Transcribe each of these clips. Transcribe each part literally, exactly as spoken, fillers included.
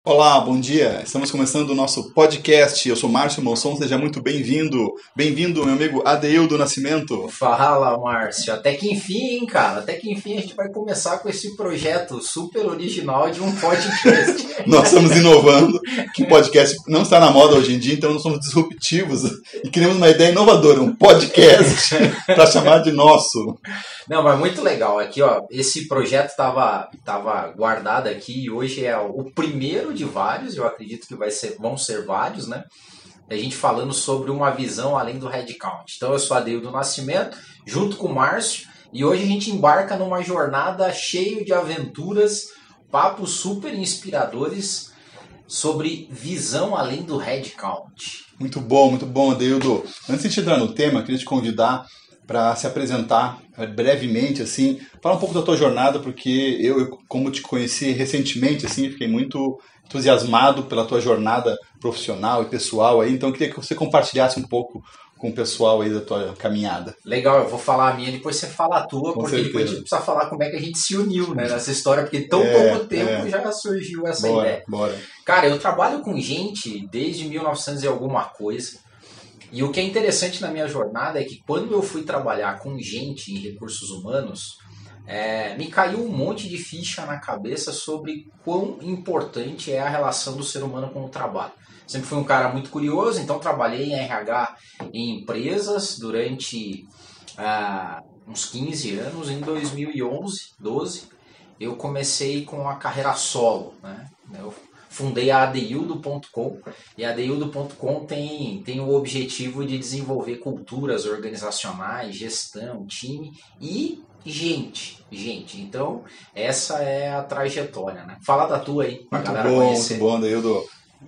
Olá, bom dia. Estamos começando o nosso podcast. Eu sou Márcio Monson, seja muito bem-vindo. Bem-vindo, meu amigo Adeildo Nascimento. Fala, Márcio. Até que enfim, hein, cara? Até que enfim a gente vai começar com esse projeto super original de um podcast. Nós estamos inovando, que podcast não está na moda hoje em dia, então nós somos disruptivos e criamos uma ideia inovadora, um podcast para chamar de nosso. Não, mas muito legal. Aqui, ó, esse projeto estava tava guardado aqui e hoje é o primeiro de vários, eu acredito que vai ser, vão ser vários, né? A gente falando sobre uma visão além do headcount. Então eu sou Adeildo Nascimento, junto com o Márcio, e hoje a gente embarca numa jornada cheia de aventuras, papos super inspiradores sobre visão além do headcount. Muito bom, muito bom, Adeildo. Antes de entrar no tema, eu queria te convidar para se apresentar brevemente, assim, falar um pouco da tua jornada, porque eu, eu, como te conheci recentemente, assim, fiquei muito entusiasmado pela tua jornada profissional e pessoal aí, então eu queria que você compartilhasse um pouco com o pessoal aí da tua caminhada. Legal, eu vou falar a minha, depois você fala a tua, Com porque certeza. depois a gente precisa falar como é que a gente se uniu, né, nessa história, porque tão É, pouco tempo é. já surgiu essa Bora, ideia. bora. Cara, eu trabalho com gente desde mil e novecentos e alguma coisa. E o que é interessante na minha jornada é que quando eu fui trabalhar com gente em recursos humanos, é, me caiu um monte de ficha na cabeça sobre quão importante é a relação do ser humano com o trabalho. Sempre fui um cara muito curioso, então trabalhei em R H em empresas durante ah, uns quinze anos. Em dois mil e onze, doze, eu comecei com a carreira solo, né? Eu fundei a adeildo ponto com e a adeildo ponto com tem, tem o objetivo de desenvolver culturas organizacionais, gestão, time e gente. Gente, então essa é a trajetória, né? Fala da tua aí, pra Muito galera bom, conhecer. muito bom, Adeildo.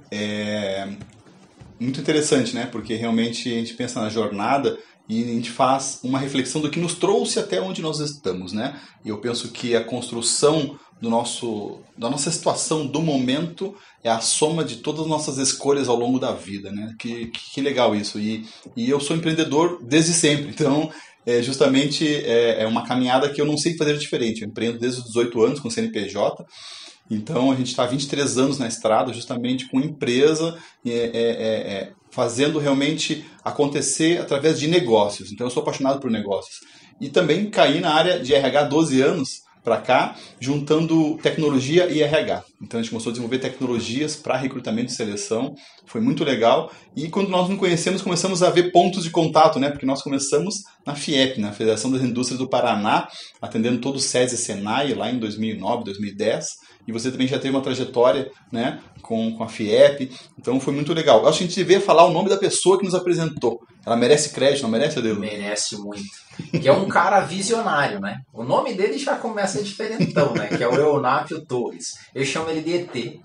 É muito interessante, né? Porque realmente a gente pensa na jornada e a gente faz uma reflexão do que nos trouxe até onde nós estamos, né? E eu penso que a construção do nosso, da nossa situação do momento é a soma de todas as nossas escolhas ao longo da vida, né? Que, que, que legal isso. E, e eu sou empreendedor desde sempre, então é, justamente é, é uma caminhada que eu não sei fazer diferente. Eu empreendo desde os dezoito anos com C N P J. Então a gente está há vinte e três anos na estrada, justamente com empresa, é, é, é, fazendo realmente acontecer através de negócios. Então eu sou apaixonado por negócios. E também caí na área de R H há doze anos para cá, juntando tecnologia e R H. Então a gente começou a desenvolver tecnologias para recrutamento e seleção, foi muito legal. E quando nós nos conhecemos, começamos a ver pontos de contato, né? Porque nós começamos na FIEP, na Federação das Indústrias do Paraná, atendendo todo o SESI e Senai, lá em dois mil e nove, dois mil e dez. E você também já teve uma trajetória, né, com, com a FIEP, então foi muito legal. Eu acho que a gente devia falar o nome da pessoa que nos apresentou. Ela merece crédito, não merece, Adeildo? Merece muito. Que é um cara visionário, né? O nome dele já começa diferentão, né? Que é o Eunápio Torres. Eu chamo ele de E T.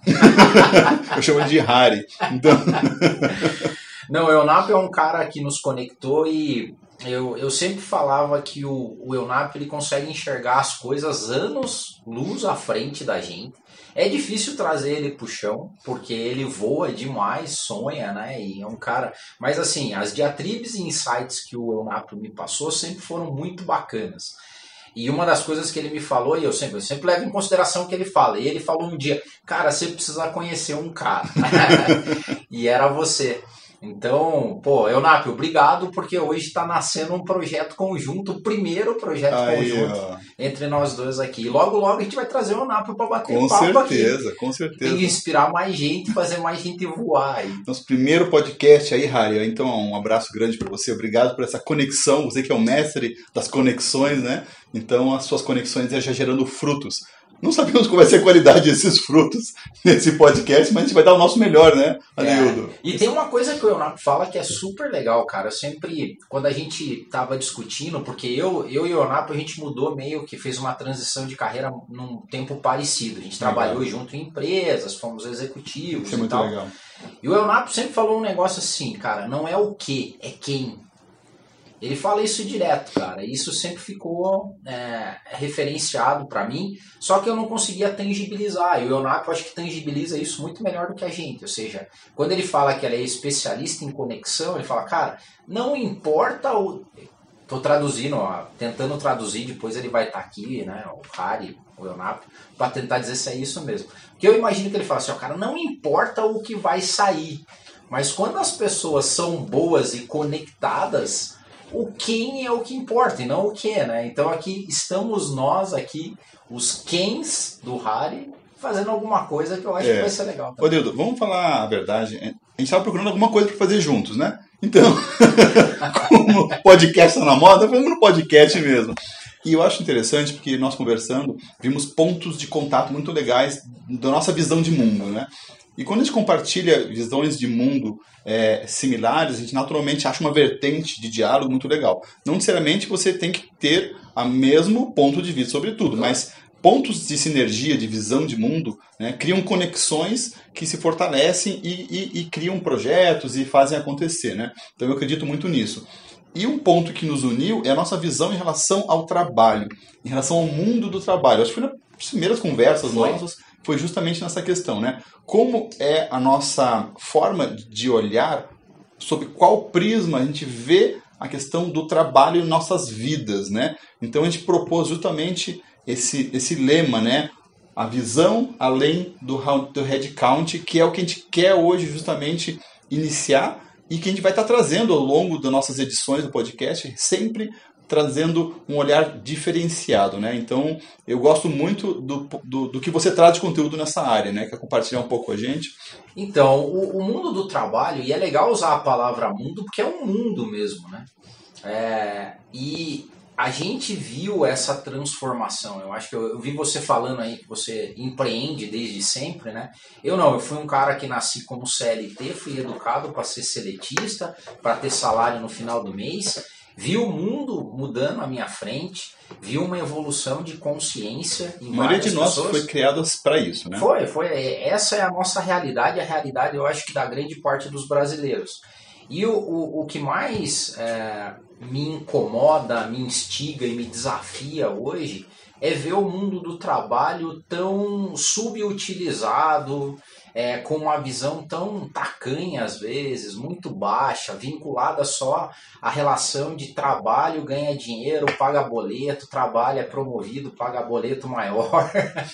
Eu chamo ele de Harry. Então... Não, o Eunápio é um cara que nos conectou e eu, eu sempre falava que o, o Eunápio ele consegue enxergar as coisas anos luz à frente da gente. É difícil trazer ele pro chão, porque ele voa demais, sonha, né? E é um cara... Mas assim, as diatribes e insights que o Eunápio me passou sempre foram muito bacanas. E uma das coisas que ele me falou, e eu sempre, eu sempre levo em consideração o que ele fala, e ele falou um dia, cara, você precisa conhecer um cara. E era você. Então, pô, Eunápio, obrigado, porque hoje está nascendo um projeto conjunto, o primeiro projeto Aí, conjunto ó. entre nós dois aqui. E logo, logo a gente vai trazer o Eunápio para bater Com papo aqui. certeza, com Tem certeza. que inspirar mais gente, fazer mais gente voar aí. Nosso primeiro podcast aí, Harry. Então, um abraço grande para você. Obrigado por essa conexão. Você que é o mestre das conexões, né? Então, as suas conexões já gerando frutos. Não sabemos qual vai ser a qualidade desses frutos nesse podcast, mas a gente vai dar o nosso melhor, né, Adeildo? É. E tem uma coisa que o Eunápio fala que é super legal, cara. Eu sempre, quando a gente tava discutindo, porque eu, eu e o Eunápio, a gente mudou meio que fez uma transição de carreira num tempo parecido. A gente Legal. trabalhou junto em empresas, fomos executivos Isso é e muito tal. legal. E o Eunápio sempre falou um negócio assim, cara, não é o que, é quem. Ele fala isso direto, cara. Isso sempre ficou é, referenciado pra mim, só que eu não conseguia tangibilizar. E o Eunápio acho que tangibiliza isso muito melhor do que a gente. Ou seja, quando ele fala que ele é especialista em conexão, ele fala, cara, não importa o... Tô traduzindo, ó, tentando traduzir, depois ele vai estar aqui, né, o Harry, o Leonardo, para tentar dizer se é isso mesmo. Porque eu imagino que ele fala assim, ó, cara, não importa o que vai sair, mas quando as pessoas são boas e conectadas, o quem é o que importa e não o que, né? Então aqui estamos nós aqui, os quens do Harry, fazendo alguma coisa que eu acho é. que vai ser legal. Ô, Dildo, vamos falar a verdade. A gente estava procurando alguma coisa para fazer juntos, né? Então, como podcast está na moda, vamos no podcast mesmo. E eu acho interessante porque nós conversando, vimos pontos de contato muito legais da nossa visão de mundo, né? E quando a gente compartilha visões de mundo é, similares, a gente naturalmente acha uma vertente de diálogo muito legal. Não necessariamente você tem que ter o mesmo ponto de vista sobre tudo, mas pontos de sinergia, de visão de mundo, né, criam conexões que se fortalecem e, e, e criam projetos e fazem acontecer, né? Então eu acredito muito nisso. E um ponto que nos uniu é a nossa visão em relação ao trabalho, em relação ao mundo do trabalho. Acho que foi nas primeiras conversas Foi. nossas, foi justamente nessa questão, né? Como é a nossa forma de olhar, sob qual prisma a gente vê a questão do trabalho em nossas vidas, né? Então a gente propôs justamente esse, esse lema, né? A visão além do, do headcount, que é o que a gente quer hoje justamente iniciar e que a gente vai estar trazendo ao longo das nossas edições do podcast, sempre trazendo um olhar diferenciado, né? Então, eu gosto muito do, do, do que você traz de conteúdo nessa área, né? Quer compartilhar um pouco com a gente? Então, o, o mundo do trabalho, e é legal usar a palavra mundo, porque é um mundo mesmo, né? É, e a gente viu essa transformação. Eu acho que eu, eu vi você falando aí que você empreende desde sempre, né? Eu não, eu fui um cara que nasci como C L T, fui educado para ser seletista, para ter salário no final do mês, vi o mundo mudando à minha frente, vi uma evolução de consciência em A maioria de nós pessoas. foi criada para isso, né? Foi, foi. Essa é a nossa realidade, a realidade, eu acho que da grande parte dos brasileiros. E o, o, o que mais é, me incomoda, me instiga e me desafia hoje é ver o mundo do trabalho tão subutilizado, é, com uma visão tão tacanha às vezes, muito baixa, vinculada só à relação de trabalho, ganha dinheiro, paga boleto, trabalho é promovido, paga boleto maior.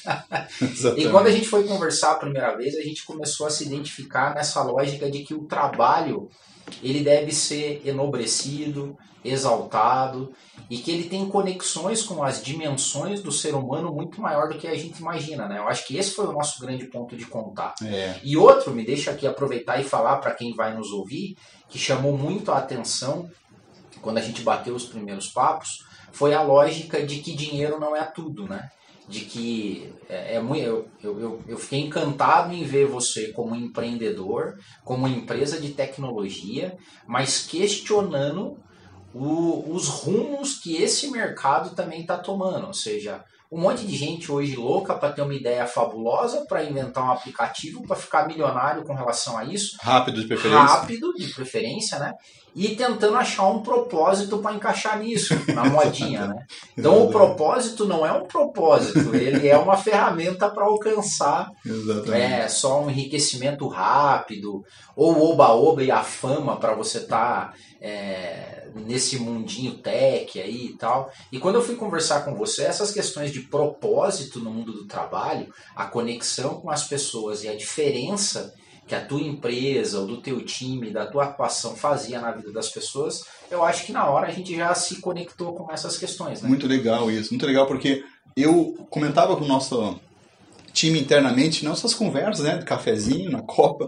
E quando a gente foi conversar a primeira vez, a gente começou a se identificar nessa lógica de que o trabalho ele deve ser enobrecido, exaltado, e que ele tem conexões com as dimensões do ser humano muito maior do que a gente imagina, né? Eu acho que esse foi o nosso grande ponto de contato. É. E outro, me deixa aqui aproveitar e falar para quem vai nos ouvir, que chamou muito a atenção quando a gente bateu os primeiros papos, foi a lógica de que dinheiro não é tudo, né? De que é, é muito, eu, eu, eu fiquei encantado em ver você como empreendedor, como empresa de tecnologia, mas questionando o, os rumos que esse mercado também está tomando. Ou seja, um monte de gente hoje louca para ter uma ideia fabulosa, para inventar um aplicativo, para ficar milionário com relação a isso. Rápido de preferência. Rápido de preferência, né? E tentando achar um propósito para encaixar nisso, na modinha, né? Então o propósito não é um propósito, ele é uma ferramenta para alcançar é, só um enriquecimento rápido, ou oba-oba e a fama para você estar tá, é, nesse mundinho tech aí e tal. E quando eu fui conversar com você, essas questões de propósito no mundo do trabalho, a conexão com as pessoas e a diferença que a tua empresa, ou do teu time, da tua atuação fazia na vida das pessoas, eu acho que na hora a gente já se conectou com essas questões, né? Muito legal isso, muito legal, porque eu comentava com o nosso time internamente, nossas conversas, né, de cafezinho, na copa,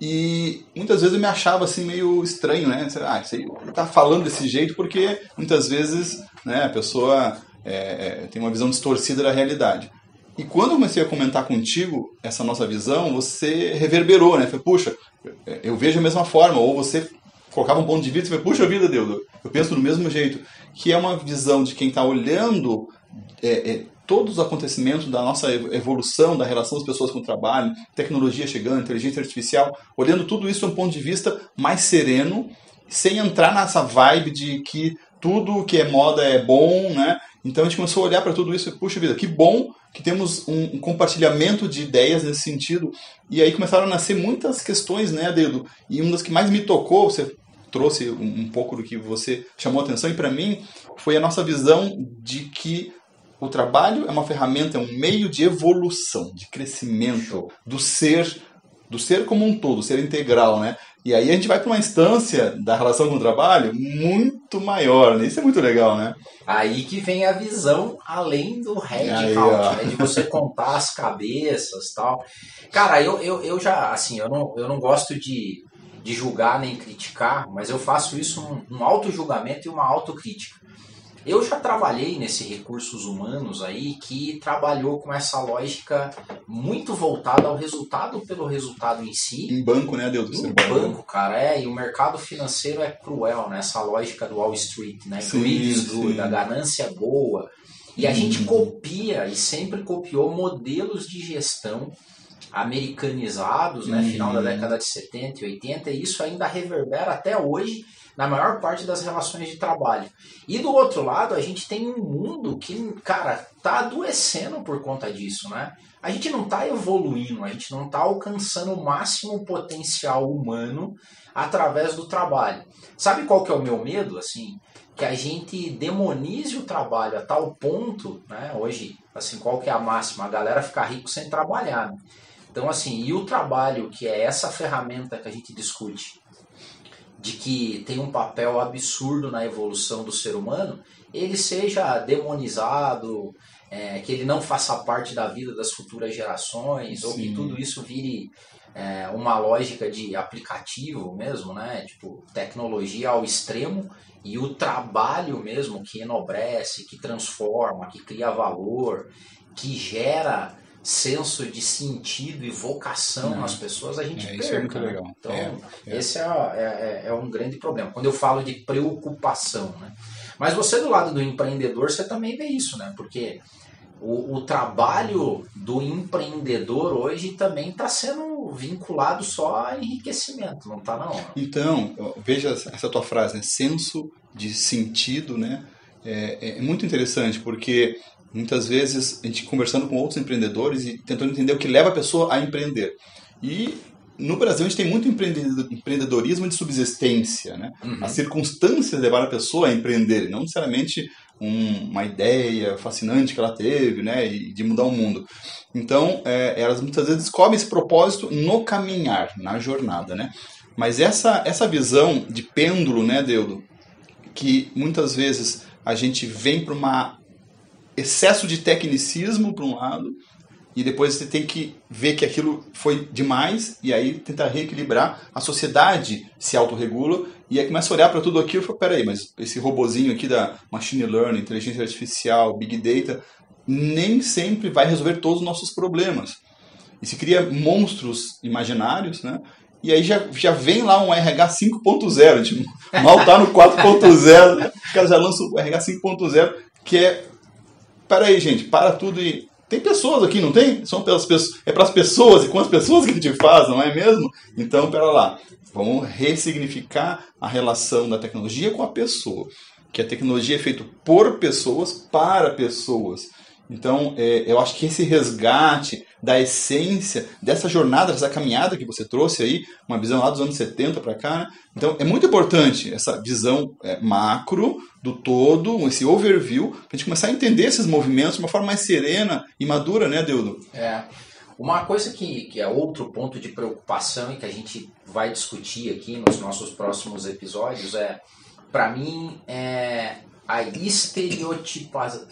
e muitas vezes eu me achava assim meio estranho, né? Ah, isso aí tá falando desse jeito porque muitas vezes, né, a pessoa é, é, tem uma visão distorcida da realidade. E quando eu comecei a comentar contigo essa nossa visão, você reverberou, né? Falei, puxa, eu vejo a mesma forma. Ou você colocava um ponto de vista e falei, puxa vida, Deus, eu penso do mesmo jeito. Que é uma visão de quem está olhando é, é, todos os acontecimentos da nossa evolução, da relação das pessoas com o trabalho, tecnologia chegando, inteligência artificial, olhando tudo isso de um ponto de vista mais sereno, sem entrar nessa vibe de que tudo que é moda é bom, né? Então a gente começou a olhar para tudo isso e, puxa vida, que bom que temos um, um compartilhamento de ideias nesse sentido. E aí começaram a nascer muitas questões, né, Dedo? E uma das que mais me tocou, você trouxe um, um pouco do que você chamou a atenção, e para mim foi a nossa visão de que o trabalho é uma ferramenta, é um meio de evolução, de crescimento do ser, do ser como um todo, ser integral, né? E aí a gente vai para uma instância da relação com o trabalho muito maior, né? Isso é muito legal, né? Aí que vem a visão além do head Aí, count, né? De você contar as cabeças e tal. Cara, eu, eu, eu já, assim, eu não, eu não gosto de, de julgar nem criticar, mas eu faço isso um, um auto-julgamento e uma autocrítica. Eu já trabalhei nesse recursos humanos aí que trabalhou com essa lógica muito voltada ao resultado pelo resultado em si. Em banco, né, Deus? Em banco, cara, é. E o mercado financeiro é cruel, né? Essa lógica do Wall Street, né? Greed is good, a ganância é boa. E a hum. gente copia e sempre copiou modelos de gestão americanizados, né? Hum. Final da década de setenta e oitenta, e isso ainda reverbera até hoje na maior parte das relações de trabalho. E do outro lado, a gente tem um mundo que, cara, tá adoecendo por conta disso, né? A gente não tá evoluindo, a gente não tá alcançando o máximo potencial humano através do trabalho. Sabe qual que é o meu medo, assim? Que a gente demonize o trabalho a tal ponto, né? Hoje, assim, qual que é a máxima? A galera ficar rico sem trabalhar, né? Então, assim, e o trabalho, que é essa ferramenta que a gente discute, de que tem um papel absurdo na evolução do ser humano, ele seja demonizado, é, que ele não faça parte da vida das futuras gerações, Sim. ou que tudo isso vire é, uma lógica de aplicativo mesmo, né? Tipo, tecnologia ao extremo, e o trabalho mesmo que enobrece, que transforma, que cria valor, que gera senso de sentido e vocação Não. nas pessoas, a gente é, perca. Isso é muito né? legal. Então, é, é. esse é, é, é um grande problema. Quando eu falo de preocupação, né? Mas você do lado do empreendedor, você também vê isso, né? Porque o, o trabalho do empreendedor hoje também está sendo vinculado só a enriquecimento, não está não? Então, veja essa tua frase, né? Senso de sentido, né? É, é muito interessante, porque muitas vezes a gente conversando com outros empreendedores e tentando entender o que leva a pessoa a empreender. E no Brasil a gente tem muito empreendedorismo de subsistência, né? Uhum. As circunstâncias levaram a pessoa a empreender, não necessariamente um, uma ideia fascinante que ela teve, né? E de mudar o mundo. Então, é, elas muitas vezes descobrem esse propósito no caminhar, na jornada, né? Mas essa, essa visão de pêndulo, né, Deudo, que muitas vezes a gente vem para uma excesso de tecnicismo por um lado, e depois você tem que ver que aquilo foi demais, e aí tentar reequilibrar. A sociedade se autorregula, e aí começa a olhar para tudo aquilo e fala, peraí, mas esse robozinho aqui da machine learning, inteligência artificial, big data, nem sempre vai resolver todos os nossos problemas. E se cria monstros imaginários, né? E aí já, já vem lá um R H cinco ponto zero, tipo, mal está no quatro ponto zero, né? Os caras já lançam o R H cinco ponto zero, que é peraí, gente, para tudo e... Tem pessoas aqui, não tem? São pelas pessoas, é para as pessoas e com as pessoas que a gente faz, não é mesmo? Então, pera lá. Vamos ressignificar a relação da tecnologia com a pessoa. Que a tecnologia é feita por pessoas, para pessoas. Então, é, eu acho que esse resgate da essência dessa jornada, dessa caminhada que você trouxe aí, uma visão lá dos anos setenta para cá, né? Então é muito importante essa visão é, macro do todo, esse overview, para a gente começar a entender esses movimentos de uma forma mais serena e madura, né, Deudo? É. Uma coisa que, que é outro ponto de preocupação e que a gente vai discutir aqui nos nossos próximos episódios é, para mim, é a estereotipação.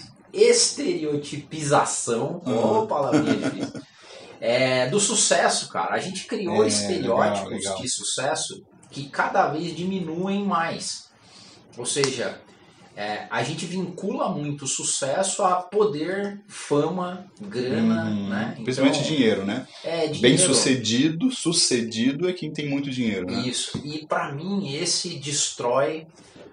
estereotipização, uhum. oh, palavrinha difícil, é, do sucesso, cara. A gente criou é, estereótipos legal, legal. de sucesso que cada vez diminuem mais. Ou seja, é, a gente vincula muito o sucesso a poder, fama, grana, uhum. né? Então, principalmente dinheiro, né? É, dinheiro. Bem sucedido, sucedido é quem tem muito dinheiro, né? Isso. E para mim esse destrói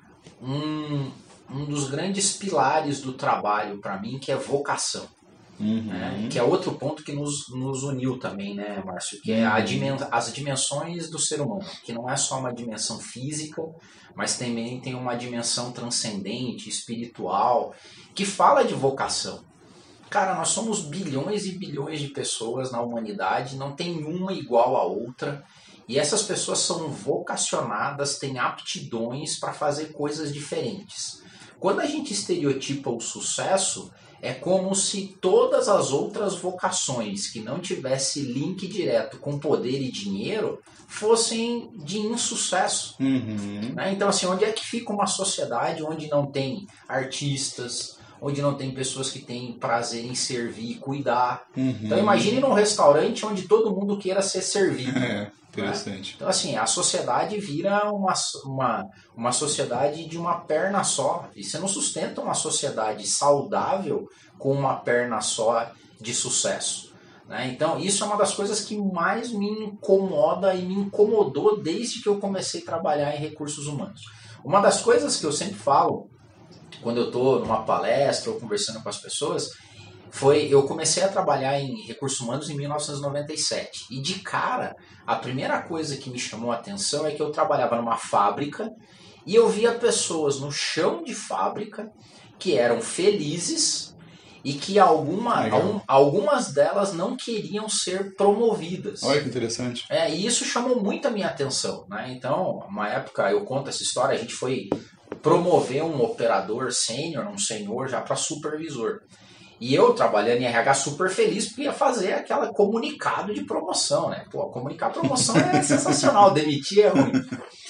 um um dos grandes pilares do trabalho para mim, que é vocação. Uhum. Né? Que é outro ponto que nos, nos uniu também, né, Márcio? Que é a dimen- as dimensões do ser humano, que não é só uma dimensão física, mas também tem uma dimensão transcendente, espiritual, que fala de vocação. Cara, nós somos bilhões e bilhões de pessoas na humanidade, não tem uma igual a outra, E essas pessoas são vocacionadas, têm aptidões para fazer coisas diferentes. Quando a gente estereotipa o sucesso, é como se todas as outras vocações que não tivesse link direto com poder e dinheiro fossem de insucesso. Uhum. Né? Então, assim, onde é que fica uma sociedade onde não tem artistas, onde não tem pessoas que têm prazer em servir e cuidar? Uhum. Então, imagine num restaurante onde todo mundo queira ser servido. É, interessante. Né? Então, assim, a sociedade vira uma, uma, uma sociedade de uma perna só. E você não sustenta uma sociedade saudável com uma perna só de sucesso. Né? Então, isso é uma das coisas que mais me incomoda e me incomodou desde que eu comecei a trabalhar em recursos humanos. Uma das coisas que eu sempre falo, quando eu estou numa palestra ou conversando com as pessoas, foi, eu comecei a trabalhar em recursos humanos em mil novecentos e noventa e sete. E de cara, a primeira coisa que me chamou a atenção é que eu trabalhava numa fábrica e eu via pessoas no chão de fábrica que eram felizes e que alguma, algum, algumas delas não queriam ser promovidas. Olha que interessante. É, e isso chamou muito a minha atenção. Né? Então, uma época, eu conto essa história, a gente foi promover um operador sênior, um senhor já para supervisor. E eu, trabalhando em R H, super feliz, porque ia fazer aquela comunicado de promoção, né? Pô, comunicar promoção é sensacional, demitir é ruim.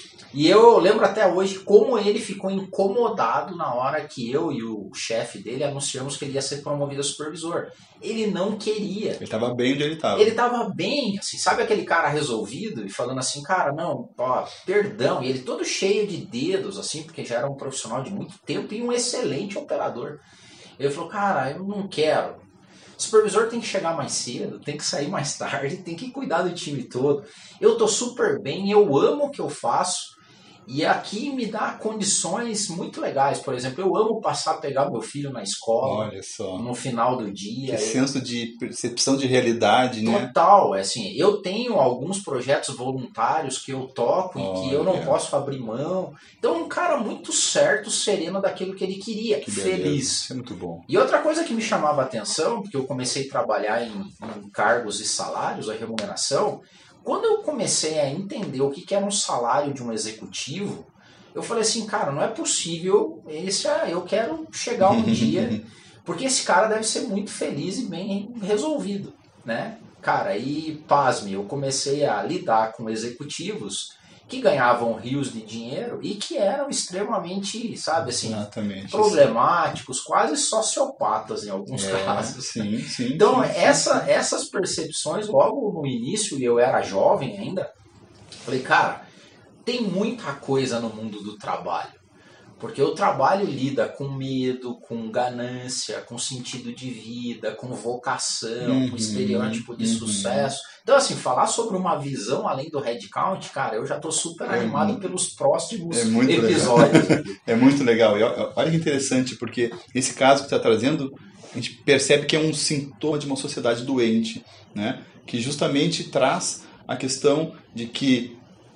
E eu lembro até hoje como ele ficou incomodado na hora que eu e o chefe dele anunciamos que ele ia ser promovido a supervisor. Ele não queria. Ele estava bem onde ele estava. Ele estava bem, assim, sabe aquele cara resolvido e falando assim, cara, não, ó, perdão. E ele todo cheio de dedos, assim, porque já era um profissional de muito tempo e um excelente operador. Ele falou, cara, eu não quero. O supervisor tem que chegar mais cedo, tem que sair mais tarde, tem que cuidar do time todo. Eu tô super bem, eu amo o que eu faço. E aqui me dá condições muito legais. Por exemplo, eu amo passar a pegar meu filho na escola. Olha só. No final do dia. Que senso de percepção de realidade, total, né? Total. Assim, eu tenho alguns projetos voluntários que eu toco Olha. e que eu não posso abrir mão. Então, um cara muito certo, sereno daquilo que ele queria. Que feliz. Beleza. Isso é muito bom. E outra coisa que me chamava a atenção, porque eu comecei a trabalhar em, em cargos e salários, a remuneração. Quando eu comecei a entender o que era um salário de um executivo, eu falei assim, cara, não é possível, esse, ah, eu quero chegar um dia, porque esse cara deve ser muito feliz e bem resolvido, né? Cara, e pasme, eu comecei a lidar com executivos que ganhavam rios de dinheiro e que eram extremamente, sabe, assim, Exatamente, problemáticos, quase sociopatas em alguns é, casos. Sim, sim. Então, sim, essa, sim. essas percepções, logo no início, e eu era jovem ainda, falei, cara, tem muita coisa no mundo do trabalho. Porque o trabalho lida com medo, com ganância, com sentido de vida, com vocação, uhum, com estereótipo de uhum. sucesso. Então, assim, falar sobre uma visão além do headcount, cara, eu já tô super é animado muito, pelos próximos é muito episódios. É muito legal. E olha que interessante, porque esse caso que você está trazendo, a gente percebe que é um sintoma de uma sociedade doente, né? Que justamente traz a questão de que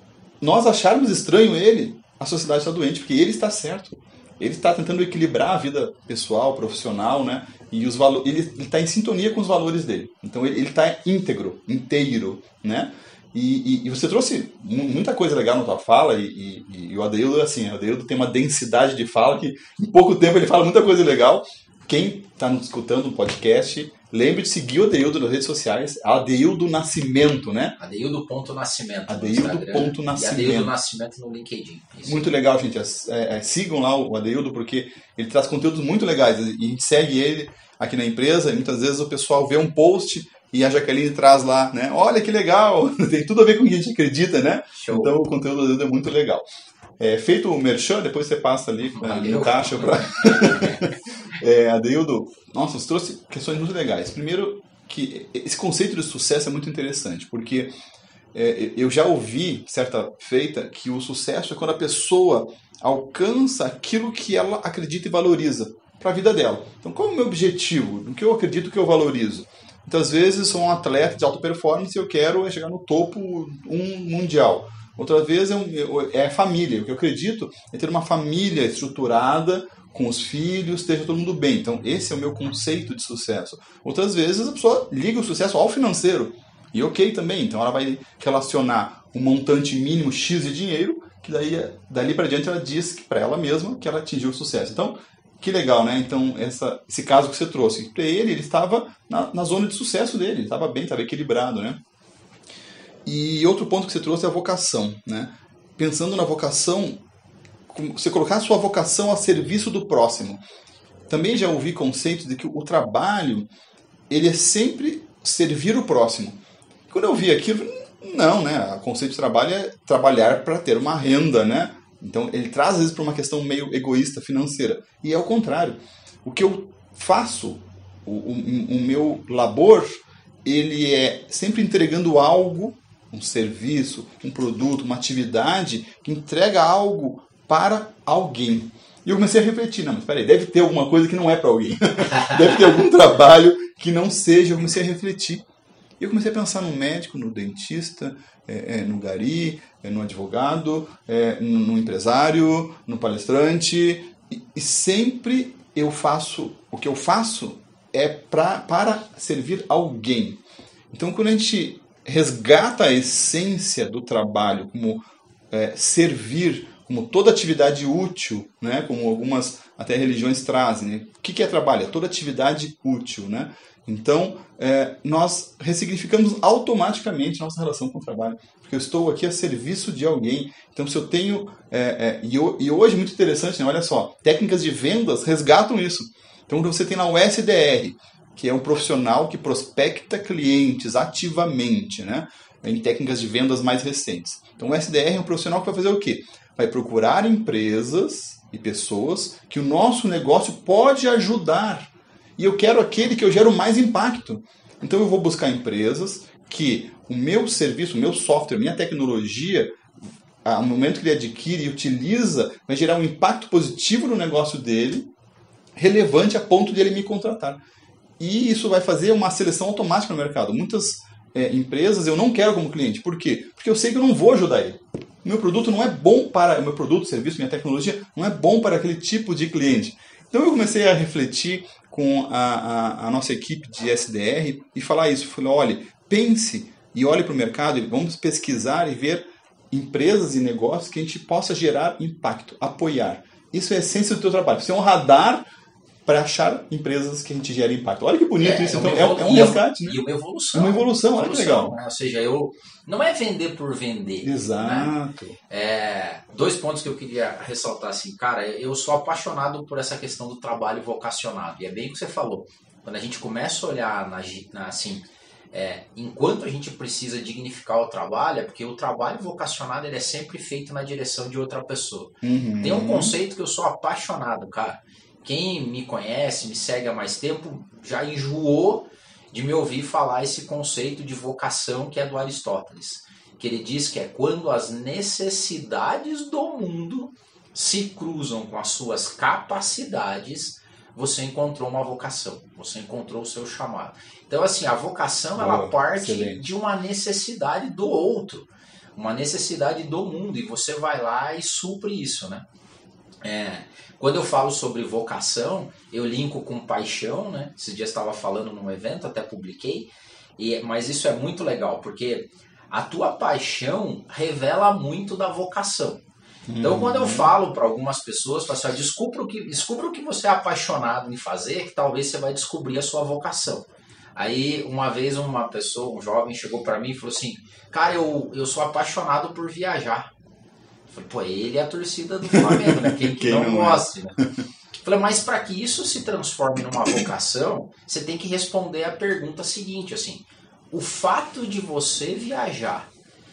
nós acharmos estranho ele, a sociedade está doente, porque ele está certo. Ele está tentando equilibrar a vida pessoal, profissional, né? E os valores, ele está em sintonia com os valores dele. Então ele está íntegro, inteiro, né? E, e, e você trouxe muita coisa legal na tua fala, e, e, e o Adeildo, assim, o Adeildo tem uma densidade de fala que em pouco tempo ele fala muita coisa legal. Quem está nos escutando no podcast, lembre de seguir o Adeildo nas redes sociais, Adeildo Nascimento, né? Adeildo.nascimento. Adeildo.nascimento. E Adeildo Nascimento no LinkedIn. Isso. Muito legal, gente. É, é, sigam lá o Adeildo, porque ele traz conteúdos muito legais. E a gente segue ele aqui na empresa, e muitas vezes o pessoal vê um post e a Jaqueline traz lá, né? Olha que legal! Tem tudo a ver com o que a gente acredita, né? Show. Então o conteúdo do Adeildo é muito legal. É, feito o merchan, depois você passa ali no caixa para... é, Adeildo, nossa, você trouxe questões muito legais. Primeiro, que esse conceito de sucesso é muito interessante, porque é, eu já ouvi, certa feita, que o sucesso é quando a pessoa alcança aquilo que ela acredita e valoriza para a vida dela. Então, qual é o meu objetivo? O que eu acredito que eu valorizo? Muitas vezes sou um atleta de alta performance e eu quero chegar no topo um mundial. Outra vez é, um, é família. O que eu acredito é ter uma família estruturada, com os filhos, esteja todo mundo bem. Então, esse é o meu conceito de sucesso. Outras vezes, a pessoa liga o sucesso ao financeiro. E ok também, então ela vai relacionar um montante mínimo X de dinheiro, que daí, dali para diante ela diz para ela mesma que ela atingiu o sucesso. Então, que legal, né? Então, essa, esse caso que você trouxe, para ele, ele estava na, na zona de sucesso dele, ele estava bem, estava equilibrado, né? E outro ponto que você trouxe é a vocação, né? Pensando na vocação, você colocar a sua vocação a serviço do próximo. Também já ouvi conceitos de que o trabalho, ele é sempre servir o próximo. Quando eu vi aquilo, não, né? O conceito de trabalho é trabalhar para ter uma renda, né? Então, ele traz, às vezes, para uma questão meio egoísta, financeira. E é o contrário. O que eu faço, o, o, o meu labor, ele é sempre entregando algo, um serviço, um produto, uma atividade, que entrega algo para alguém. E eu comecei a refletir, não, mas peraí, deve ter alguma coisa que não é para alguém. Deve ter algum trabalho que não seja. Eu comecei a refletir. E eu comecei a pensar no médico, no dentista, é, é, no gari, é, no advogado, é, no, no empresário, no palestrante. E, e sempre eu faço, o que eu faço é pra, para servir alguém. Então, quando a gente resgata a essência do trabalho como é, servir, como toda atividade útil, né, como algumas até religiões trazem, né? O que é trabalho? É toda atividade útil, né? Então, é, nós ressignificamos automaticamente nossa relação com o trabalho, porque eu estou aqui a serviço de alguém. Então, se eu tenho... É, é, e, e hoje, muito interessante, né? Olha só, técnicas de vendas resgatam isso. Então, você tem lá o S D R, que é um profissional que prospecta clientes ativamente, né? Em técnicas de vendas mais recentes. Então, o S D R é um profissional que vai fazer o quê? Vai procurar empresas e pessoas que o nosso negócio pode ajudar. E eu quero aquele que eu gero mais impacto. Então eu vou buscar empresas que o meu serviço, o meu software, a minha tecnologia, no momento que ele adquire e utiliza, vai gerar um impacto positivo no negócio dele, relevante a ponto de ele me contratar. E isso vai fazer uma seleção automática no mercado. Muitas é, empresas eu não quero como cliente. Por quê? Porque eu sei que eu não vou ajudar ele. O meu produto não é bom para... O meu produto, serviço, minha tecnologia não é bom para aquele tipo de cliente. Então eu comecei a refletir com a, a, a nossa equipe de S D R e falar isso. Falei, olha, pense e olhe para o mercado e vamos pesquisar e ver empresas e negócios que a gente possa gerar impacto, apoiar. Isso é a essência do teu trabalho. Você é um radar para achar empresas que a gente gere impacto. Olha que bonito é, isso. É, então, é, é um resgate, né? E uma evolução. É uma evolução, olha que legal. Né? Ou seja, eu não é vender por vender. Exato. Né? É, dois pontos que eu queria ressaltar assim, cara, eu sou apaixonado por essa questão do trabalho vocacionado. E é bem o que você falou. Quando a gente começa a olhar na, na, assim, é, enquanto a gente precisa dignificar o trabalho, é porque o trabalho vocacionado ele é sempre feito na direção de outra pessoa. Uhum. Tem um conceito que eu sou apaixonado, cara. Quem me conhece, me segue há mais tempo, já enjoou de me ouvir falar esse conceito de vocação que é do Aristóteles. Que ele diz que é quando as necessidades do mundo se cruzam com as suas capacidades, você encontrou uma vocação, você encontrou o seu chamado. Então, assim, a vocação Boa, ela parte excelente. de uma necessidade do outro, uma necessidade do mundo, e você vai lá e supre isso, né? É, quando eu falo sobre vocação, eu linko com paixão, né? Esses dias estava falando num evento, até publiquei, e, mas isso é muito legal, porque a tua paixão revela muito da vocação. Então, uhum. quando eu falo para algumas pessoas, falo assim, ó, descubra, o que, descubra o que você é apaixonado em fazer, que talvez você vai descobrir a sua vocação. Aí, uma vez, uma pessoa, um jovem, chegou para mim e falou assim, cara, eu, eu sou apaixonado por viajar. Falei, pô, ele é a torcida do Flamengo, né? Quem, Quem não, não gosta, é? né? Falei, mas para que isso se transforme numa vocação, você tem que responder a pergunta seguinte, assim, o fato de você viajar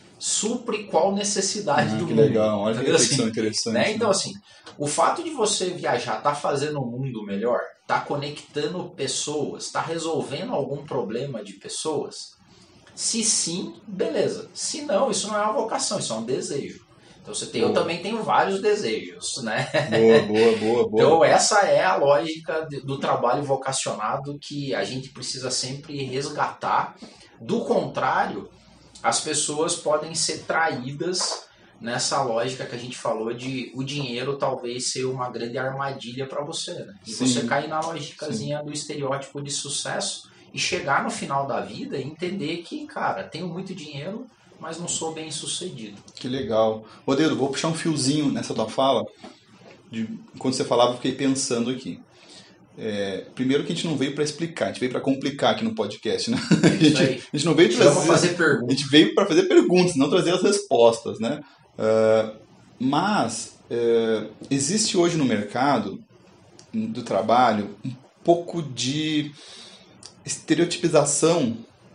supre qual necessidade ah, do que mundo? Legal, olha que reflexão assim, interessante. Né? Né? Então, assim, o fato de você viajar tá fazendo o mundo melhor, tá conectando pessoas, tá resolvendo algum problema de pessoas? Se sim, beleza. Se não, isso não é uma vocação, isso é um desejo. Então você tem, eu também tenho vários desejos, né? Boa, boa, boa, boa. Então essa é a lógica do trabalho vocacionado que a gente precisa sempre resgatar. Do contrário, as pessoas podem ser traídas nessa lógica que a gente falou de o dinheiro talvez ser uma grande armadilha para você, né? E Sim. você cair na lógicazinha do estereótipo de sucesso e chegar no final da vida e entender que, cara, tenho muito dinheiro, mas não sou bem sucedido. Que legal. Rodrigo, vou puxar um fiozinho nessa tua fala. De, quando você falava, eu fiquei pensando aqui. É, primeiro que a gente não veio para explicar, a gente veio para complicar aqui no podcast, né? A gente, a gente não veio trazer, fazer perguntas. A gente veio para fazer perguntas, não trazer as respostas, né? Uh, mas uh, existe hoje no mercado do trabalho um pouco de estereotipização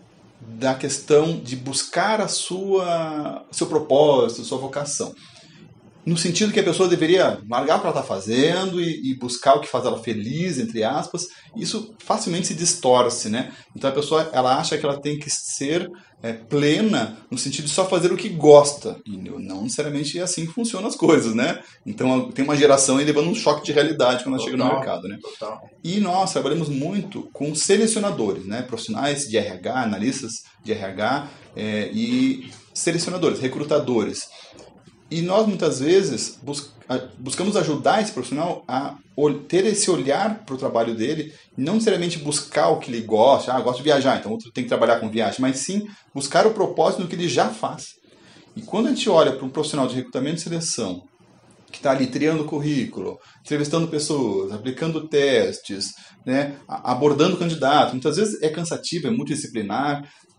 da questão de buscar a sua seu propósito, sua vocação. No sentido que a pessoa deveria largar o que ela está fazendo e, e buscar o que faz ela feliz, entre aspas. Isso facilmente se distorce, né? Então a pessoa ela acha que ela tem que ser é, plena no sentido de só fazer o que gosta. E não necessariamente é assim que funcionam as coisas, né? Então tem uma geração aí levando um choque de realidade quando ela Total, chega no mercado, né? Total. E nós trabalhamos muito com selecionadores, né? Profissionais de R H, analistas de R H é, e selecionadores, recrutadores. E nós, muitas vezes, bus- buscamos ajudar esse profissional a ter esse olhar para o trabalho dele, não necessariamente buscar o que ele gosta, ah, gosto de viajar, então outro tem que trabalhar com viagem, mas sim buscar o propósito no que ele já faz. E quando a gente olha para um profissional de recrutamento e seleção, que está ali triando o currículo, entrevistando pessoas, aplicando testes, né, abordando candidatos, muitas vezes é cansativo, é multidisciplinar,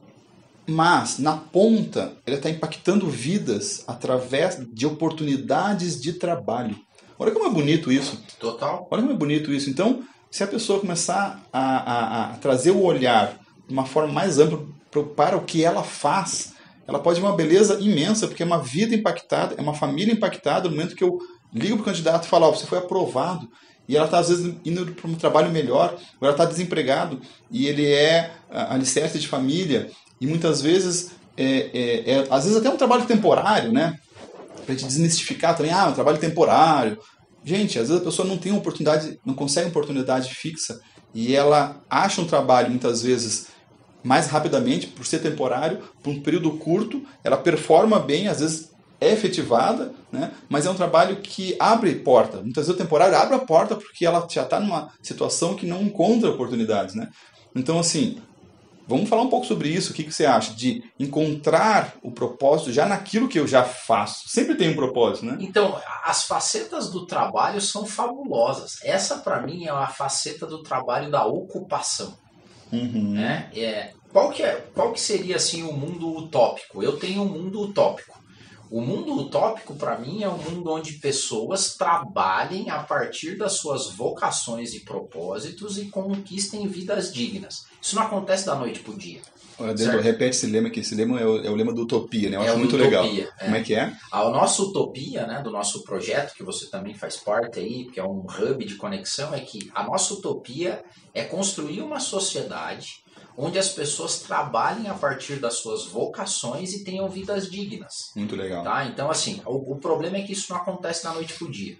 mas, na ponta, ele está impactando vidas através de oportunidades de trabalho. Olha como é bonito isso. Total. Olha como é bonito isso. Então, se a pessoa começar a, a, a trazer o olhar de uma forma mais ampla para o que ela faz, ela pode ter uma beleza imensa, porque é uma vida impactada, é uma família impactada no momento que eu ligo para o candidato e falo, ó, você foi aprovado. E ela está, às vezes, indo para um trabalho melhor, ou ela está desempregado, e ele é alicerce de família. E muitas vezes, é, é, é, às vezes até um trabalho temporário, né? Para a gente desmistificar também, ah, um trabalho temporário. Gente, às vezes a pessoa não tem uma oportunidade, não consegue uma oportunidade fixa e ela acha um trabalho, muitas vezes, mais rapidamente, por ser temporário, por um período curto, ela performa bem, às vezes é efetivada, né? Mas é um trabalho que abre porta. Muitas vezes o temporário abre a porta porque ela já está numa situação que não encontra oportunidades, né? Então, assim... Vamos falar um pouco sobre isso. O que você acha de encontrar o propósito já naquilo que eu já faço? Sempre tem um propósito, né? Então, as facetas do trabalho são fabulosas. Essa, para mim, é a faceta do trabalho da ocupação. Uhum. Né? É, qual, que é, qual que seria assim, o mundo utópico? Eu tenho um mundo utópico. O mundo utópico, para mim, é um mundo onde pessoas trabalhem a partir das suas vocações e propósitos e conquistem vidas dignas. Isso não acontece da noite pro dia. Olha, Dentro, repete esse lema, que esse lema é o, é o lema do Utopia, né? Eu é acho muito utopia, legal. É. Como é que é? A nossa utopia, né, do nosso projeto, que você também faz parte aí, que é um hub de conexão, é que a nossa utopia é construir uma sociedade onde as pessoas trabalhem a partir das suas vocações e tenham vidas dignas. Muito legal. Tá? Então, assim, o, o problema é que isso não acontece da noite pro dia.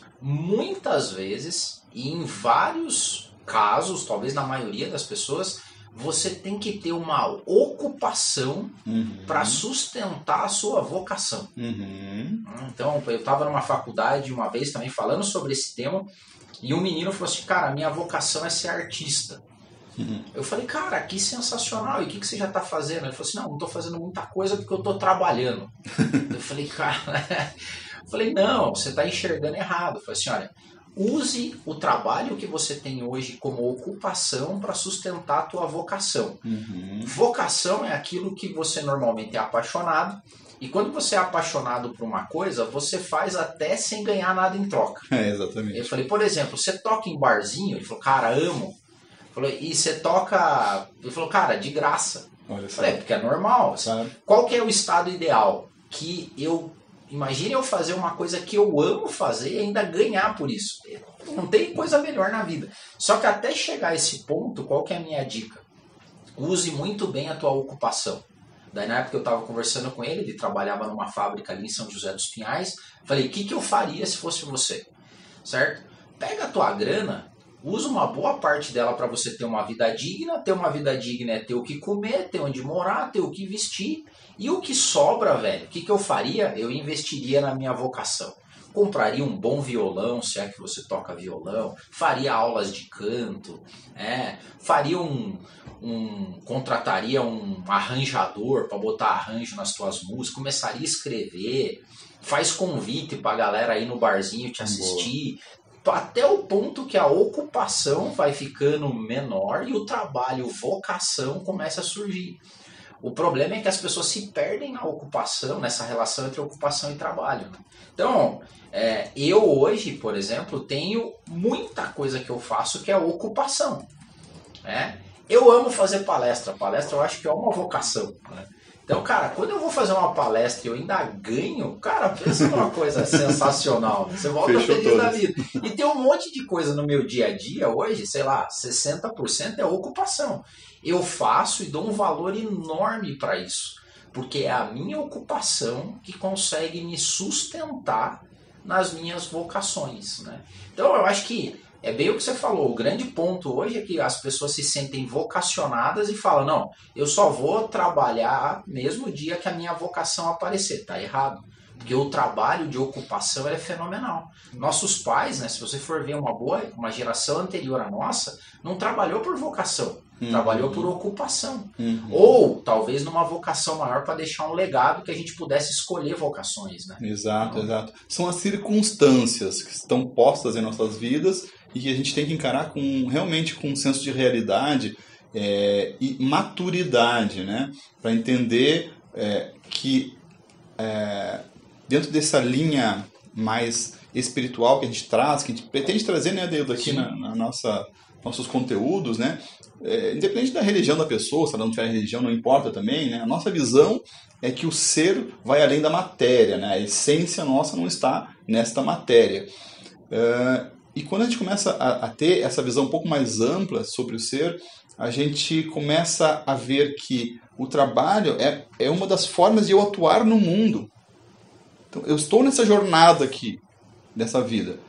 Muitas vezes, e em vários casos, talvez na maioria das pessoas, você tem que ter uma ocupação uhum. para sustentar a sua vocação. Uhum. Então, eu estava numa faculdade uma vez também falando sobre esse tema, e um menino falou assim, cara, minha vocação é ser artista. Uhum. Eu falei, cara, que sensacional, e o que, que você já está fazendo? Ele falou assim, não, não estou fazendo muita coisa porque eu estou trabalhando. Eu falei, cara, eu falei, não, você está enxergando errado. Eu falei assim, olha, use o trabalho que você tem hoje como ocupação para sustentar a tua vocação. Uhum. Vocação é aquilo que você normalmente é apaixonado, e quando você é apaixonado por uma coisa, você faz até sem ganhar nada em troca. É, exatamente. Eu falei, por exemplo, você toca em barzinho? Ele falou, cara, amo. Falou, e você toca... Ele falou, cara, de graça. Olha Eu só. falei, é, porque é normal. Claro. Qual que é o estado ideal? Que eu... Imagine eu fazer uma coisa que eu amo fazer e ainda ganhar por isso. Não tem coisa melhor na vida. Só que até chegar a esse ponto, qual que é a minha dica? Use muito bem a tua ocupação. Daí na época eu estava conversando com ele, ele trabalhava numa fábrica ali em São José dos Pinhais. Falei, o que, que eu faria se fosse você? Certo? Pega a tua grana... Usa uma boa parte dela para você ter uma vida digna. Ter uma vida digna é ter o que comer, ter onde morar, ter o que vestir. E o que sobra, velho, o que, que eu faria? Eu investiria na minha vocação. compraria um bom violão, se é que você toca violão, faria aulas de canto, é, faria um, um contrataria um arranjador para botar arranjo nas tuas músicas, começaria a escrever, faz convite para a galera ir no barzinho te assistir, boa. Até o ponto que a ocupação vai ficando menor e o trabalho, vocação começa a surgir. O problema é que as pessoas se perdem na ocupação, nessa relação entre ocupação e trabalho. Então, é, eu hoje, por exemplo, tenho muita coisa que eu faço que é ocupação. Né? Eu amo fazer palestra. Palestra eu acho que é uma vocação. Né? Então, cara, quando eu vou fazer uma palestra e eu ainda ganho, cara, pensa numa coisa sensacional. Você volta Fechou feliz todas. Da vida. E tem um monte de coisa no meu dia a dia hoje, sei lá, sessenta por cento é ocupação. Eu faço e dou um valor enorme para isso, porque é a minha ocupação que consegue me sustentar nas minhas vocações, né? Então eu acho que é bem o que você falou, o grande ponto hoje é que as pessoas se sentem vocacionadas e falam, não, eu só vou trabalhar mesmo dia que a minha vocação aparecer. Tá errado. Porque o trabalho de ocupação é fenomenal. Nossos pais, né, se você for ver uma boa, uma geração anterior à nossa, não trabalhou por vocação, uhum. trabalhou por ocupação. Uhum. Ou talvez numa vocação maior para deixar um legado que a gente pudesse escolher vocações. Né? Exato, então, exato. São as circunstâncias que estão postas em nossas vidas e que a gente tem que encarar com, realmente com um senso de realidade é, e maturidade, né? Para entender é, que é, dentro dessa linha mais espiritual que a gente traz, que a gente pretende trazer, né, Deildo, aqui na, na nossa nossos conteúdos, né? É, independente da religião da pessoa, se ela não tiver religião, não importa também, né? A nossa visão é que o ser vai além da matéria, né? A essência nossa não está nesta matéria. Uh, e quando a gente começa a, a ter essa visão um pouco mais ampla sobre o ser, a gente começa a ver que o trabalho é, é uma das formas de eu atuar no mundo. Então, eu estou nessa jornada aqui, dessa vida.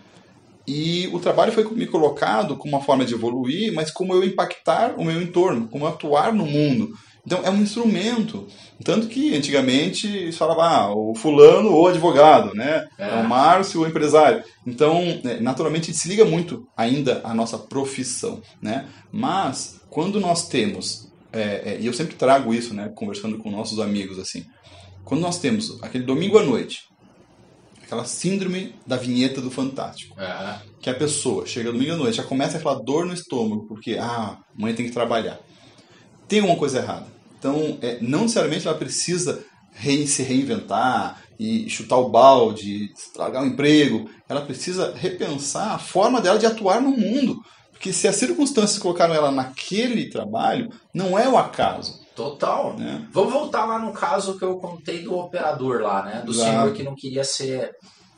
E o trabalho foi me colocado como uma forma de evoluir, mas como eu impactar o meu entorno, como eu atuar no mundo. Então, é um instrumento. Tanto que, antigamente, se falava, ah, o fulano ou advogado, né? É. O Márcio ou empresário. Então, naturalmente, a gente se liga muito ainda à nossa profissão, né? Mas, quando nós temos, é, é, e eu sempre trago isso, né? Conversando com nossos amigos, assim. Quando nós temos aquele domingo à noite, aquela síndrome da vinheta do Fantástico. É. Que a pessoa chega domingo à noite, já começa aquela dor no estômago, porque, ah, amanhã tem que trabalhar. Tem alguma coisa errada. Então, é, não necessariamente ela precisa re- se reinventar e chutar o balde, estragar o emprego. Ela precisa repensar a forma dela de atuar no mundo. Porque se as circunstâncias colocaram ela naquele trabalho, não é o acaso. Total. Né? Vamos voltar lá no caso que eu contei do operador lá, né? Do Exato. Senhor que não queria ser,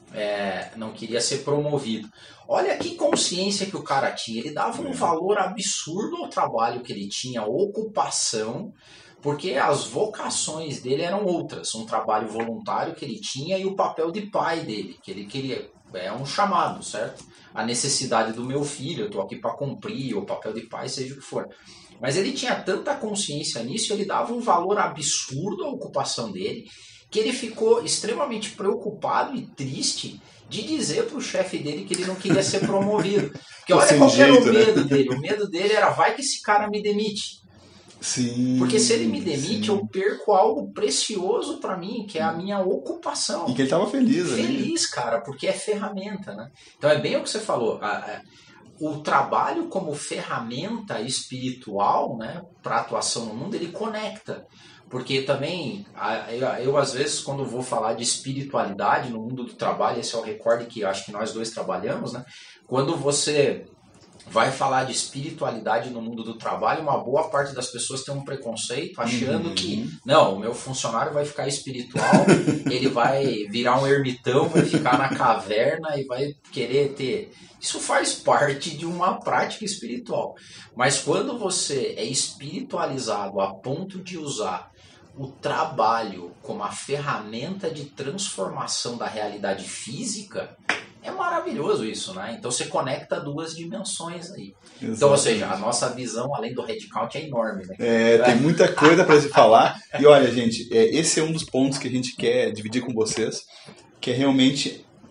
é, não queria ser promovido. Olha que consciência que o cara tinha. Ele dava um valor absurdo ao trabalho que ele tinha, ocupação, porque as vocações dele eram outras. Um trabalho voluntário que ele tinha e o papel de pai dele, que ele queria. É um chamado, certo? A necessidade do meu filho, eu estou aqui para cumprir, o papel de pai, seja o que for. Mas ele tinha tanta consciência nisso, ele dava um valor absurdo à ocupação dele, que ele ficou extremamente preocupado e triste de dizer para o chefe dele que ele não queria ser promovido. Porque olha qual era o medo né? dele. O medo dele era, vai que esse cara me demite. Sim, Porque se ele me demite, sim. eu perco algo precioso para mim, que é a minha ocupação. E que ele estava feliz. Feliz, ali. cara, porque é ferramenta, né? Então é bem o que você falou. A, a, o trabalho como ferramenta espiritual, né, para atuação no mundo, ele conecta. Porque também, eu, eu às vezes, quando vou falar de espiritualidade no mundo do trabalho, esse é o recorde que eu acho que nós dois trabalhamos, né? Quando você vai falar de espiritualidade no mundo do trabalho, uma boa parte das pessoas tem um preconceito, achando uhum. que, não, o meu funcionário vai ficar espiritual, ele vai virar um ermitão, vai ficar na caverna e vai querer ter... Isso faz parte de uma prática espiritual. Mas quando você é espiritualizado a ponto de usar o trabalho como a ferramenta de transformação da realidade física, é maravilhoso isso, né? Então você conecta duas dimensões aí. Exatamente. Então, ou seja, a nossa visão, além do headcount, é enorme, né? É, tem muita coisa para se falar. E olha, gente, esse é um dos pontos que a gente quer dividir com vocês, que é realmente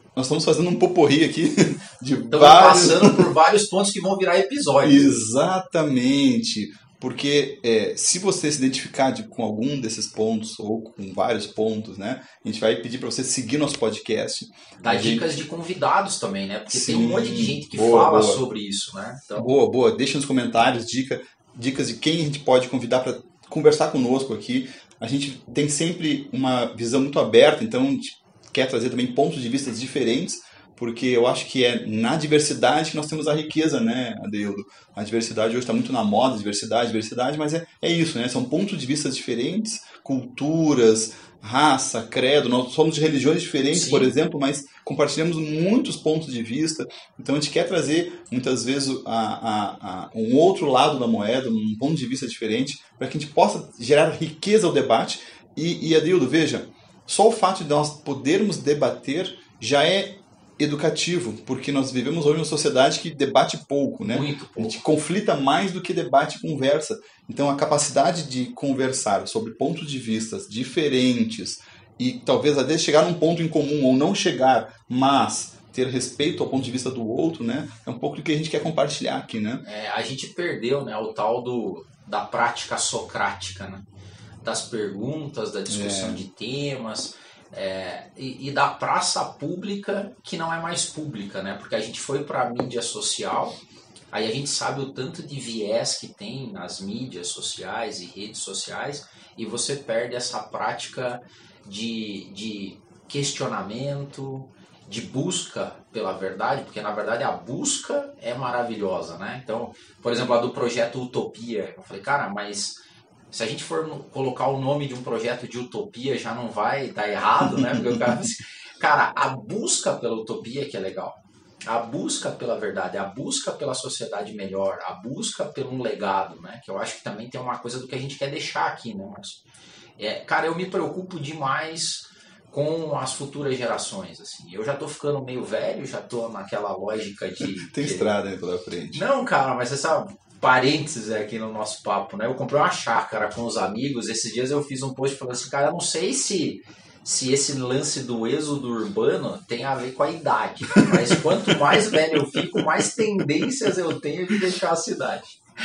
nós estamos fazendo um poporri aqui de Estamos vários... passando por vários pontos que vão virar episódios. Exatamente. Porque é, se você se identificar de, com algum desses pontos, ou com vários pontos, né? A gente vai pedir para você seguir nosso podcast. Dá gente... dicas de convidados também, né? Porque Sim, tem um monte de gente que boa, fala boa. sobre isso, né? Então... Boa, boa. Deixa nos comentários dica, dicas de quem a gente pode convidar para conversar conosco aqui. A gente tem sempre uma visão muito aberta, então a gente quer trazer também pontos de vista diferentes, porque eu acho que é na diversidade que nós temos a riqueza, né, Adeildo? A diversidade hoje está muito na moda, diversidade, diversidade, mas é, é isso, né? São pontos de vista diferentes, culturas, raça, credo. Nós somos de religiões diferentes, Sim. por exemplo, mas compartilhamos muitos pontos de vista. Então a gente quer trazer, muitas vezes, a, a, a um outro lado da moeda, um ponto de vista diferente, para que a gente possa gerar riqueza ao debate. E, e Adeildo, veja, só o fato de nós podermos debater já é educativo, porque nós vivemos hoje uma sociedade que debate pouco, né? Muito pouco. A gente conflita mais do que debate e conversa. Então a capacidade de conversar sobre pontos de vista diferentes e talvez até chegar num ponto em comum ou não chegar, mas ter respeito ao ponto de vista do outro, né? É um pouco do que a gente quer compartilhar aqui, né? É, a gente perdeu, né, o tal do, da prática socrática, né? Das perguntas, da discussão É. de temas... É, e, e da praça pública que não é mais pública, né? Porque a gente foi para a mídia social, aí a gente sabe o tanto de viés que tem nas mídias sociais e redes sociais, e você perde essa prática de, de questionamento, de busca pela verdade, porque na verdade a busca é maravilhosa, né? Então, por exemplo, a do projeto Utopia, eu falei, cara, mas... se a gente for colocar o nome de um projeto de utopia, já não vai dar errado, né? Porque o cara, cara, a busca pela utopia que é legal. A busca pela verdade, a busca pela sociedade melhor, a busca pelo um legado, né? Que eu acho que também tem uma coisa do que a gente quer deixar aqui, né, Márcio? É, cara, eu me preocupo demais com as futuras gerações, assim. Eu já tô ficando meio velho, já tô naquela lógica de... Tem que... estrada aí pela frente. Não, cara, mas você sabe... parênteses aqui no nosso papo, né? Eu comprei uma chácara com os amigos. Esses dias eu fiz um post falando assim, cara, eu não sei se, se esse lance do êxodo urbano tem a ver com a idade, mas quanto mais velho eu fico, mais tendências eu tenho de deixar a cidade.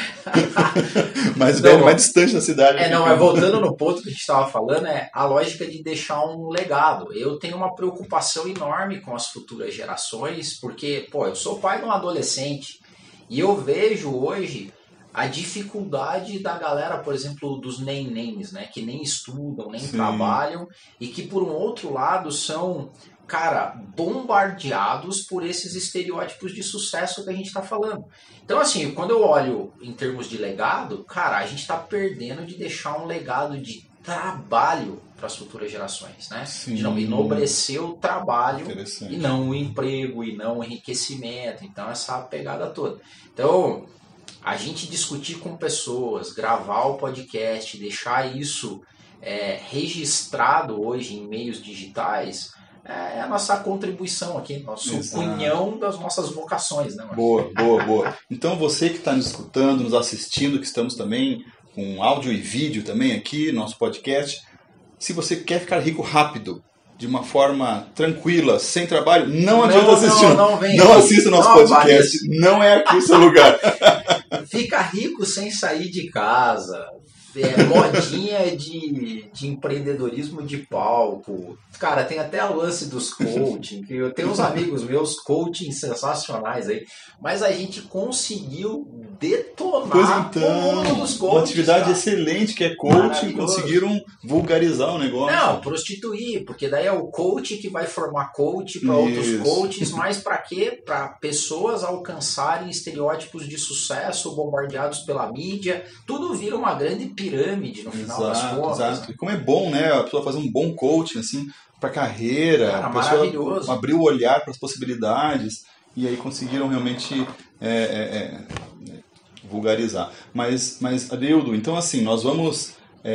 mais velho, não, mais distante da cidade. É, não, mas voltando no ponto que a gente estava falando, é a lógica de deixar um legado. Eu tenho uma preocupação enorme com as futuras gerações, porque, pô, eu sou pai de um adolescente. E eu vejo hoje a dificuldade da galera, por exemplo, dos nenéns, né? Que nem estudam, nem Sim. trabalham e que, por um outro lado, são, cara, bombardeados por esses estereótipos de sucesso que a gente está falando. Então, assim, quando eu olho em termos de legado, cara, a gente está perdendo de deixar um legado de trabalho para as futuras gerações, né? Sim. De não enobrecer o trabalho e não o emprego e não o enriquecimento. Então, essa pegada toda. Então, a gente discutir com pessoas, gravar o podcast, deixar isso é, registrado hoje em meios digitais, é a nossa contribuição aqui, nosso Exato. Cunhão das nossas vocações, né, Marcos? Boa, boa, boa. Então, você que está nos escutando, nos assistindo, que estamos também com áudio e vídeo também aqui, nosso podcast. Se você quer ficar rico rápido, de uma forma tranquila, sem trabalho, não, não adianta assistir. Não, não, vem não assista o nosso não, podcast. Aparece. Não é aqui o seu lugar. Fica rico sem sair de casa. É, modinha de, de empreendedorismo de palco. Cara, tem até o lance dos coaching, que eu tenho uns amigos meus coaching sensacionais aí, mas a gente conseguiu detonar pois então, o mundo dos coaching. Uma atividade cara. Excelente que é coaching, conseguiram vulgarizar o negócio. Não, prostituir, porque daí é o coach que vai formar coach para outros coaches, mas para quê? Para pessoas alcançarem estereótipos de sucesso bombardeados pela mídia, tudo vira uma grande pirâmide no final exato, das contas. Exato. E como é bom, né, a pessoa fazer um bom coaching, assim, para carreira, cara, a pessoa abrir o olhar para as possibilidades, e aí conseguiram realmente é, é, é, vulgarizar. Mas, mas, Adeildo, então assim, nós vamos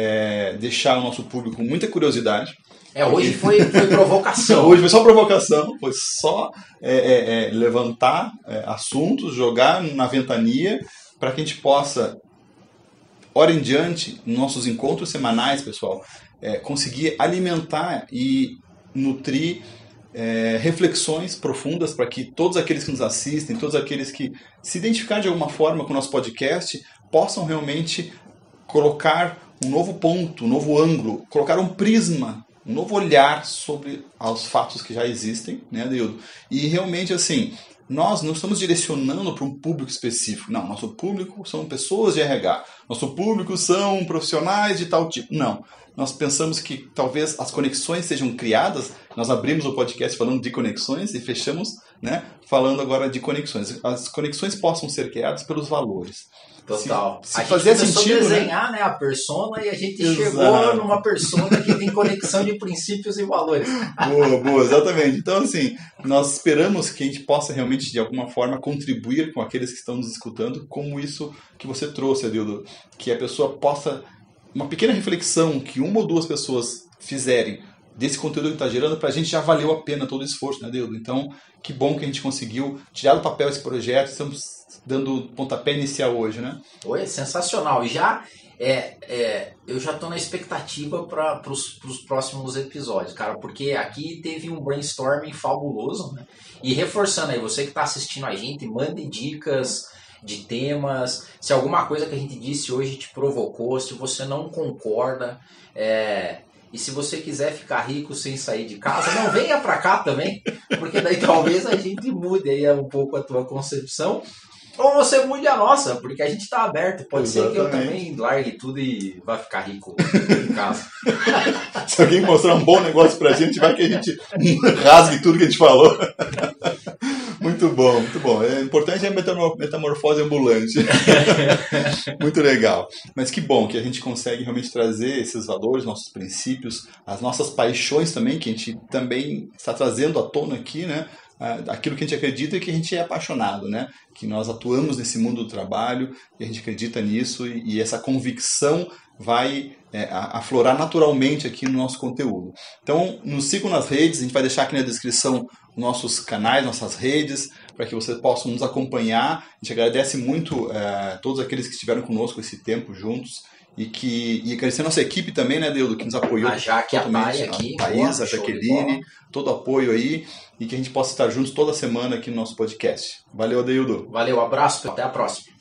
é, deixar o nosso público com muita curiosidade. É, hoje foi, foi provocação. Hoje foi só provocação, foi só é, é, é, levantar é, assuntos, jogar na ventania, para que a gente possa, hora em diante, nos nossos encontros semanais, pessoal, é, conseguir alimentar e nutrir é, reflexões profundas para que todos aqueles que nos assistem, todos aqueles que se identificarem de alguma forma com o nosso podcast, possam realmente colocar um novo ponto, um novo ângulo, colocar um prisma, um novo olhar sobre os fatos que já existem, né, Adeildo? E realmente, assim, nós não estamos direcionando para um público específico. Não, nosso público são pessoas de R H. Nosso público são profissionais de tal tipo. Não. Nós pensamos que talvez as conexões sejam criadas. Nós abrimos o podcast falando de conexões e fechamos, né, falando agora de conexões. As conexões possam ser criadas pelos valores. Total. Se, se a fazer gente começou sentido, a desenhar, né? né, a persona, e a gente Exato. chegou numa persona que tem conexão de princípios e valores. Boa, boa, exatamente. Então, assim, nós esperamos que a gente possa realmente, de alguma forma, contribuir com aqueles que estão nos escutando, como isso que você trouxe, Adeildo, que a pessoa possa, uma pequena reflexão que uma ou duas pessoas fizerem desse conteúdo que está gerando, para a gente já valeu a pena todo o esforço, né, Adeildo? Então, que bom que a gente conseguiu tirar do papel esse projeto, estamos dando pontapé inicial hoje, né? Oi, sensacional. E já, é, é, eu já estou na expectativa para os próximos episódios, cara, porque aqui teve um brainstorming fabuloso, né? E reforçando aí, você que está assistindo a gente, mande dicas de temas, se alguma coisa que a gente disse hoje te provocou, se você não concorda, é... E se você quiser ficar rico sem sair de casa, não venha para cá também, porque daí talvez a gente mude aí um pouco a tua concepção, ou você mude a nossa, porque a gente está aberto. Pode Exatamente. ser que eu também largue tudo e vá ficar rico em casa. Se alguém mostrar um bom negócio pra gente, vai que a gente rasgue tudo que a gente falou. Muito bom, muito bom. É importante é a metamorfose ambulante. Muito legal. Mas que bom que a gente consegue realmente trazer esses valores, nossos princípios, as nossas paixões também, que a gente também está trazendo à tona aqui, né? Aquilo que a gente acredita e que a gente é apaixonado, né? Que nós atuamos nesse mundo do trabalho e a gente acredita nisso e, e essa convicção vai é, aflorar naturalmente aqui no nosso conteúdo. Então, nos sigam nas redes, a gente vai deixar aqui na descrição nossos canais, nossas redes, para que vocês possam nos acompanhar. A gente agradece muito é, todos aqueles que estiveram conosco esse tempo juntos e que e agradecer a nossa equipe também, né, Deildo, que nos apoiou. A Jaque, a Thay aqui. A Thaís, a Jaqueline, todo o apoio aí e que a gente possa estar juntos toda semana aqui no nosso podcast. Valeu, Deildo. Valeu, abraço, até a próxima.